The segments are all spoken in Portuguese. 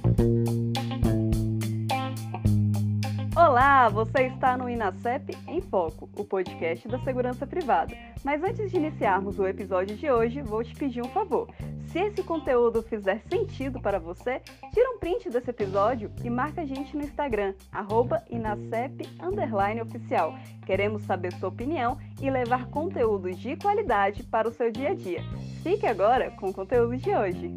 Olá, você está no INASEP em Foco, o podcast da segurança privada. Mas antes de iniciarmos o episódio de hoje, vou te pedir um favor. Se esse conteúdo fizer sentido para você, tira um print desse episódio e marca a gente no Instagram, @inasep_oficial. Queremos saber sua opinião e levar conteúdos de qualidade para o seu dia a dia. Fique agora com o conteúdo de hoje.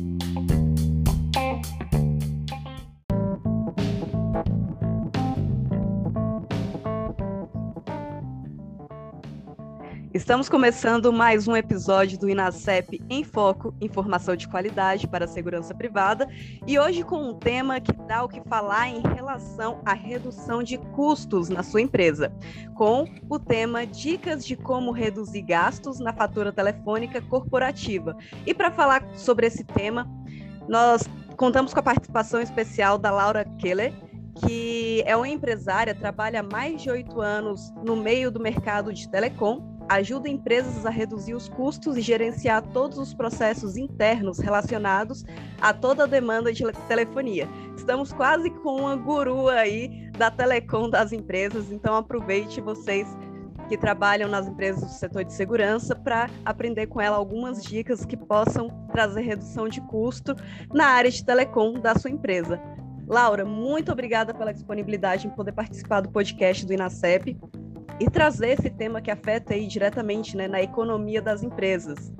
Estamos começando mais um episódio do INASEP em Foco, informação de qualidade para a segurança privada, e hoje com um tema que dá o que falar em relação à redução de custos na sua empresa, com o tema Dicas de como reduzir gastos na fatura telefônica corporativa. E para falar sobre esse tema, nós contamos com a participação especial da Laura Keller, que é uma empresária, trabalha há mais de 8 anos no meio do mercado de telecom, ajuda empresas a reduzir os custos e gerenciar todos os processos internos relacionados a toda a demanda de telefonia. Estamos quase com uma guru aí da telecom das empresas, então aproveite vocês que trabalham nas empresas do setor de segurança para aprender com ela algumas dicas que possam trazer redução de custo na área de telecom da sua empresa. Laura, muito obrigada pela disponibilidade em poder participar do podcast do INASEP e trazer esse tema que afeta aí diretamente, né, na economia das empresas.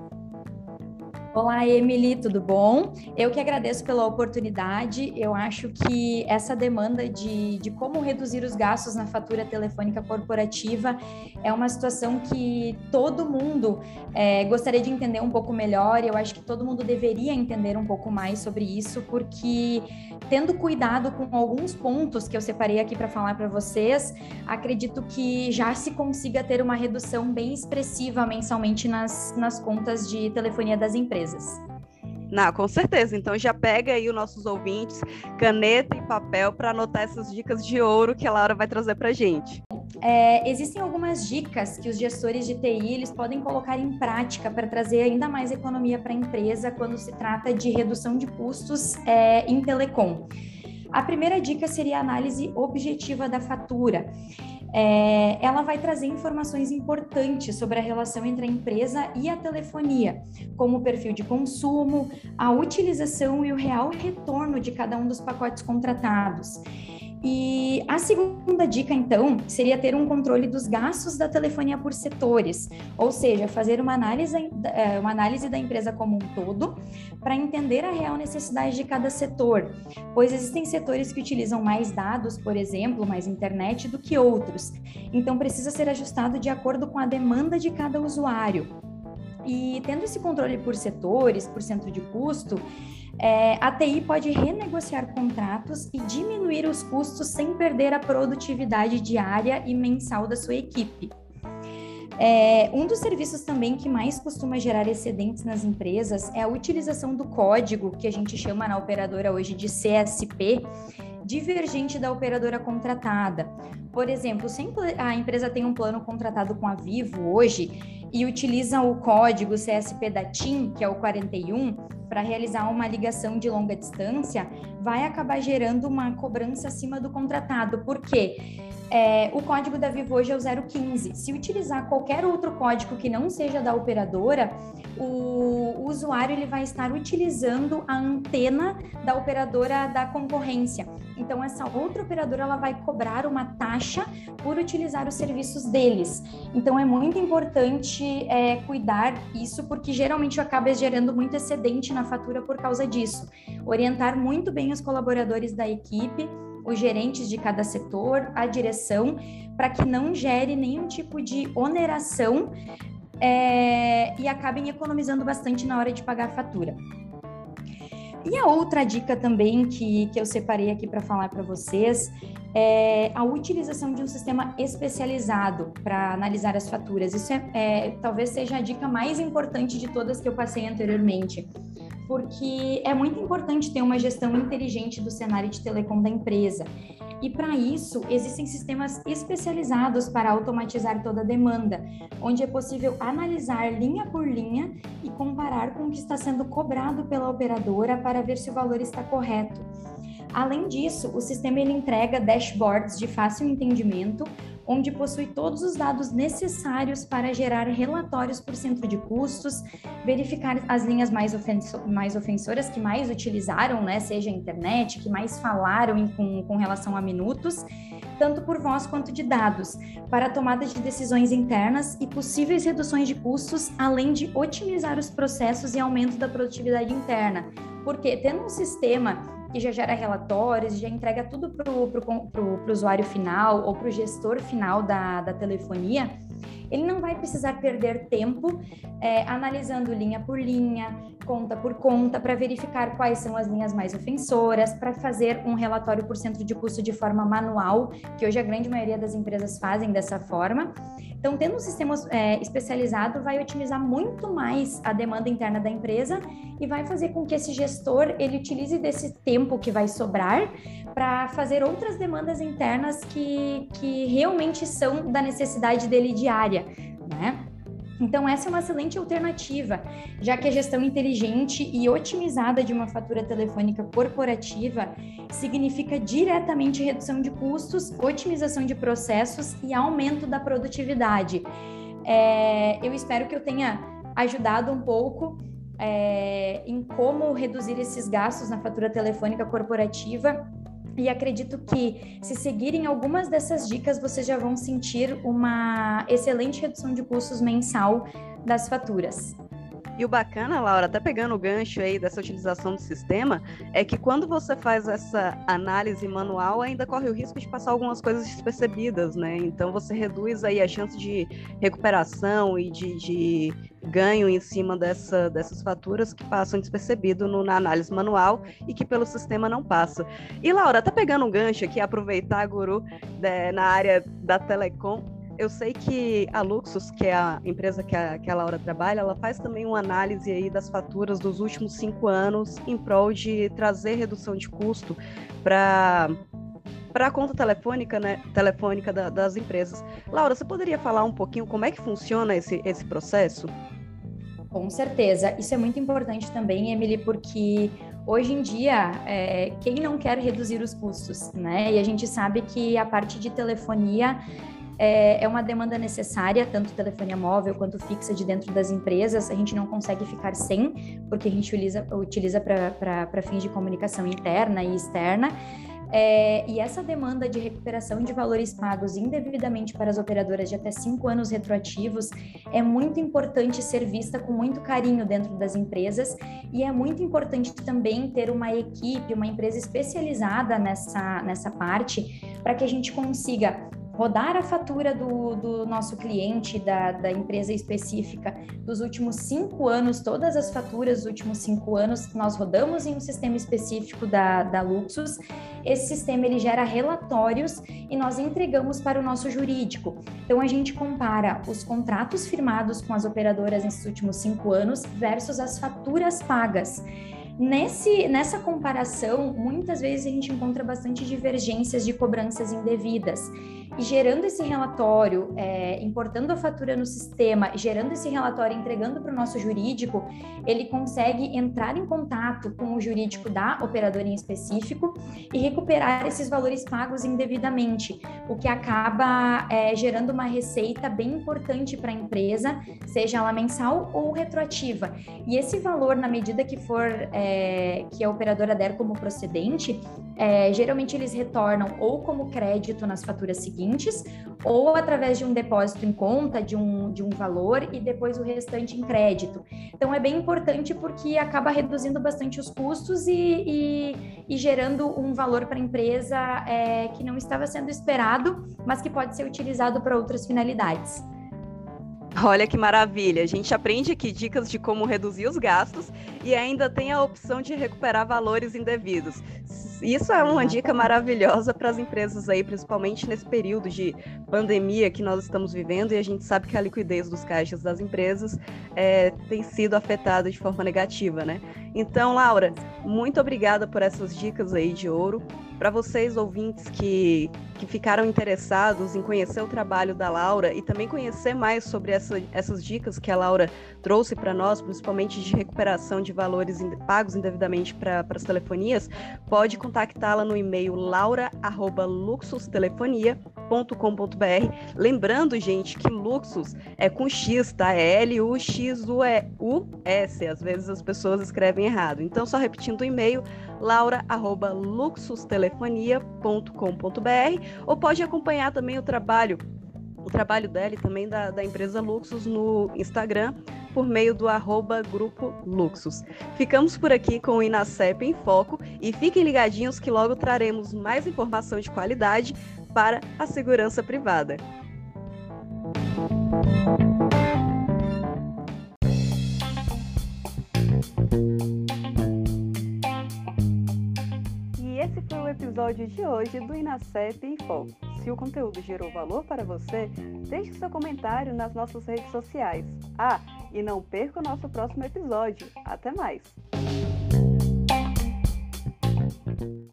Olá, Emily, tudo bom? Eu que agradeço pela oportunidade. Eu acho que essa demanda de como reduzir os gastos na fatura telefônica corporativa é uma situação que todo mundo gostaria de entender um pouco melhor. Eu acho que todo mundo deveria entender um pouco mais sobre isso, porque tendo cuidado com alguns pontos que eu separei aqui para falar para vocês, acredito que já se consiga ter uma redução bem expressiva mensalmente nas contas de telefonia das empresas. Não, com certeza. Então já pega aí os nossos ouvintes, caneta e papel para anotar essas dicas de ouro que a Laura vai trazer para a gente. Existem algumas dicas que os gestores de TI eles podem colocar em prática para trazer ainda mais economia para a empresa quando se trata de redução de custos em telecom. A primeira dica seria a análise objetiva da fatura. Ela vai trazer informações importantes sobre a relação entre a empresa e a telefonia, como o perfil de consumo, a utilização e o real retorno de cada um dos pacotes contratados. E a segunda dica, então, seria ter um controle dos gastos da telefonia por setores, ou seja, fazer uma análise da empresa como um todo para entender a real necessidade de cada setor, pois existem setores que utilizam mais dados, por exemplo, mais internet do que outros, então precisa ser ajustado de acordo com a demanda de cada usuário. E tendo esse controle por setores, por centro de custo, a TI pode renegociar contratos e diminuir os custos sem perder a produtividade diária e mensal da sua equipe. Um dos serviços também que mais costuma gerar excedentes nas empresas é a utilização do código, que a gente chama na operadora hoje de CSP, divergente da operadora contratada. Por exemplo, se a empresa tem um plano contratado com a Vivo hoje e utiliza o código CSP da TIM, que é o 41, para realizar uma ligação de longa distância, vai acabar gerando uma cobrança acima do contratado. Por quê? O código da Vivo hoje é o 015. Se utilizar qualquer outro código que não seja da operadora, o usuário ele vai estar utilizando a antena da operadora da concorrência. Então, essa outra operadora ela vai cobrar uma taxa por utilizar os serviços deles. Então, é muito importante cuidar isso, porque geralmente acaba gerando muito excedente na fatura por causa disso. Orientar muito bem os colaboradores da equipe, os gerentes de cada setor, a direção, para que não gere nenhum tipo de oneração e acabem economizando bastante na hora de pagar a fatura. E a outra dica também que eu separei aqui para falar para vocês é a utilização de um sistema especializado para analisar as faturas. Isso talvez seja a dica mais importante de todas que eu passei anteriormente. porque é muito importante ter uma gestão inteligente do cenário de telecom da empresa. E para isso, existem sistemas especializados para automatizar toda a demanda, onde é possível analisar linha por linha e comparar com o que está sendo cobrado pela operadora para ver se o valor está correto. Além disso, o sistema ele entrega dashboards de fácil entendimento, onde possui todos os dados necessários para gerar relatórios por centro de custos, verificar as linhas mais ofensoras que mais utilizaram, né, seja a internet, que mais falaram com relação a minutos, tanto por voz quanto de dados, para a tomada de decisões internas e possíveis reduções de custos, além de otimizar os processos e aumento da produtividade interna. Porque tendo um sistema que já gera relatórios, já entrega tudo para o usuário final ou para o gestor final da telefonia, ele não vai precisar perder tempo analisando linha por linha, conta por conta, para verificar quais são as linhas mais ofensoras, para fazer um relatório por centro de custo de forma manual, que hoje a grande maioria das empresas fazem dessa forma. Então, tendo um sistema especializado, vai otimizar muito mais a demanda interna da empresa e vai fazer com que esse gestor ele utilize desse tempo que vai sobrar para fazer outras demandas internas que realmente são da necessidade dele diária, né? Então, essa é uma excelente alternativa, já que a gestão inteligente e otimizada de uma fatura telefônica corporativa significa diretamente redução de custos, otimização de processos e aumento da produtividade. Eu espero que eu tenha ajudado um pouco em como reduzir esses gastos na fatura telefônica corporativa. E acredito que, se seguirem algumas dessas dicas, vocês já vão sentir uma excelente redução de custos mensal das faturas. E o bacana, Laura, até pegando o gancho aí dessa utilização do sistema, é que quando você faz essa análise manual, ainda corre o risco de passar algumas coisas despercebidas, né? Então você reduz aí a chance de recuperação e de ganho em cima dessas faturas que passam despercebido na análise manual e que pelo sistema não passa. E Laura, até pegando um gancho aqui, aproveitar, Guru, na área da telecom, eu sei que a Luxus, que é a empresa que a Laura trabalha, ela faz também uma análise aí das faturas dos últimos 5 anos em prol de trazer redução de custo para a conta telefônica, né, das empresas. Laura, você poderia falar um pouquinho como é que funciona esse processo? Com certeza. Isso é muito importante também, Emily, porque hoje em dia, quem não quer reduzir os custos, né? E a gente sabe que a parte de telefonia é uma demanda necessária, tanto telefonia móvel quanto fixa de dentro das empresas. A gente não consegue ficar sem, porque a gente utiliza para fins de comunicação interna e externa. E essa demanda de recuperação de valores pagos indevidamente para as operadoras de até 5 anos retroativos é muito importante ser vista com muito carinho dentro das empresas, e é muito importante também ter uma equipe, uma empresa especializada nessa parte, para que a gente consiga rodar a fatura do nosso cliente, da empresa específica, dos últimos 5 anos, todas as faturas dos últimos 5 anos, nós rodamos em um sistema específico da Luxus. Esse sistema ele gera relatórios e nós entregamos para o nosso jurídico. Então, a gente compara os contratos firmados com as operadoras nesses últimos 5 anos versus as faturas pagas. Nessa comparação, muitas vezes a gente encontra bastante divergências de cobranças indevidas. E gerando esse relatório, importando a fatura no sistema, gerando esse relatório e entregando para o nosso jurídico, ele consegue entrar em contato com o jurídico da operadora em específico e recuperar esses valores pagos indevidamente, o que acaba gerando uma receita bem importante para a empresa, seja ela mensal ou retroativa. E esse valor, na medida que for que a operadora der como procedente, geralmente eles retornam ou como crédito nas faturas seguintes, ou através de um depósito em conta de um valor e depois o restante em crédito. Então é bem importante porque acaba reduzindo bastante os custos e gerando um valor para a empresa que não estava sendo esperado, mas que pode ser utilizado para outras finalidades. Olha que maravilha! A gente aprende aqui dicas de como reduzir os gastos e ainda tem a opção de recuperar valores indevidos. Isso é uma dica maravilhosa para as empresas aí, principalmente nesse período de pandemia que nós estamos vivendo, e a gente sabe que a liquidez dos caixas das empresas tem sido afetada de forma negativa, né? Então, Laura, muito obrigada por essas dicas aí de ouro. Para vocês, ouvintes que ficaram interessados em conhecer o trabalho da Laura e também conhecer mais sobre essas dicas que a Laura trouxe para nós, principalmente de recuperação de valores pagos indevidamente para as telefonias, pode contactá-la no e-mail laura@luxustelefonia.com.br. Lembrando, gente, que Luxus é com X, tá? É Luxus. Às vezes as pessoas escrevem errado. Então, só repetindo o e-mail, laura@luxustelefonia.com.br, ou pode acompanhar também o trabalho dela e também da empresa Luxus no Instagram, por meio do @Grupo Luxus. Ficamos por aqui com o Inacep em Foco e fiquem ligadinhos que logo traremos mais informação de qualidade para a segurança privada. E esse foi o episódio de hoje do Inacep em Foco. Se o conteúdo gerou valor para você, deixe seu comentário nas nossas redes sociais. E não perca o nosso próximo episódio. Até mais!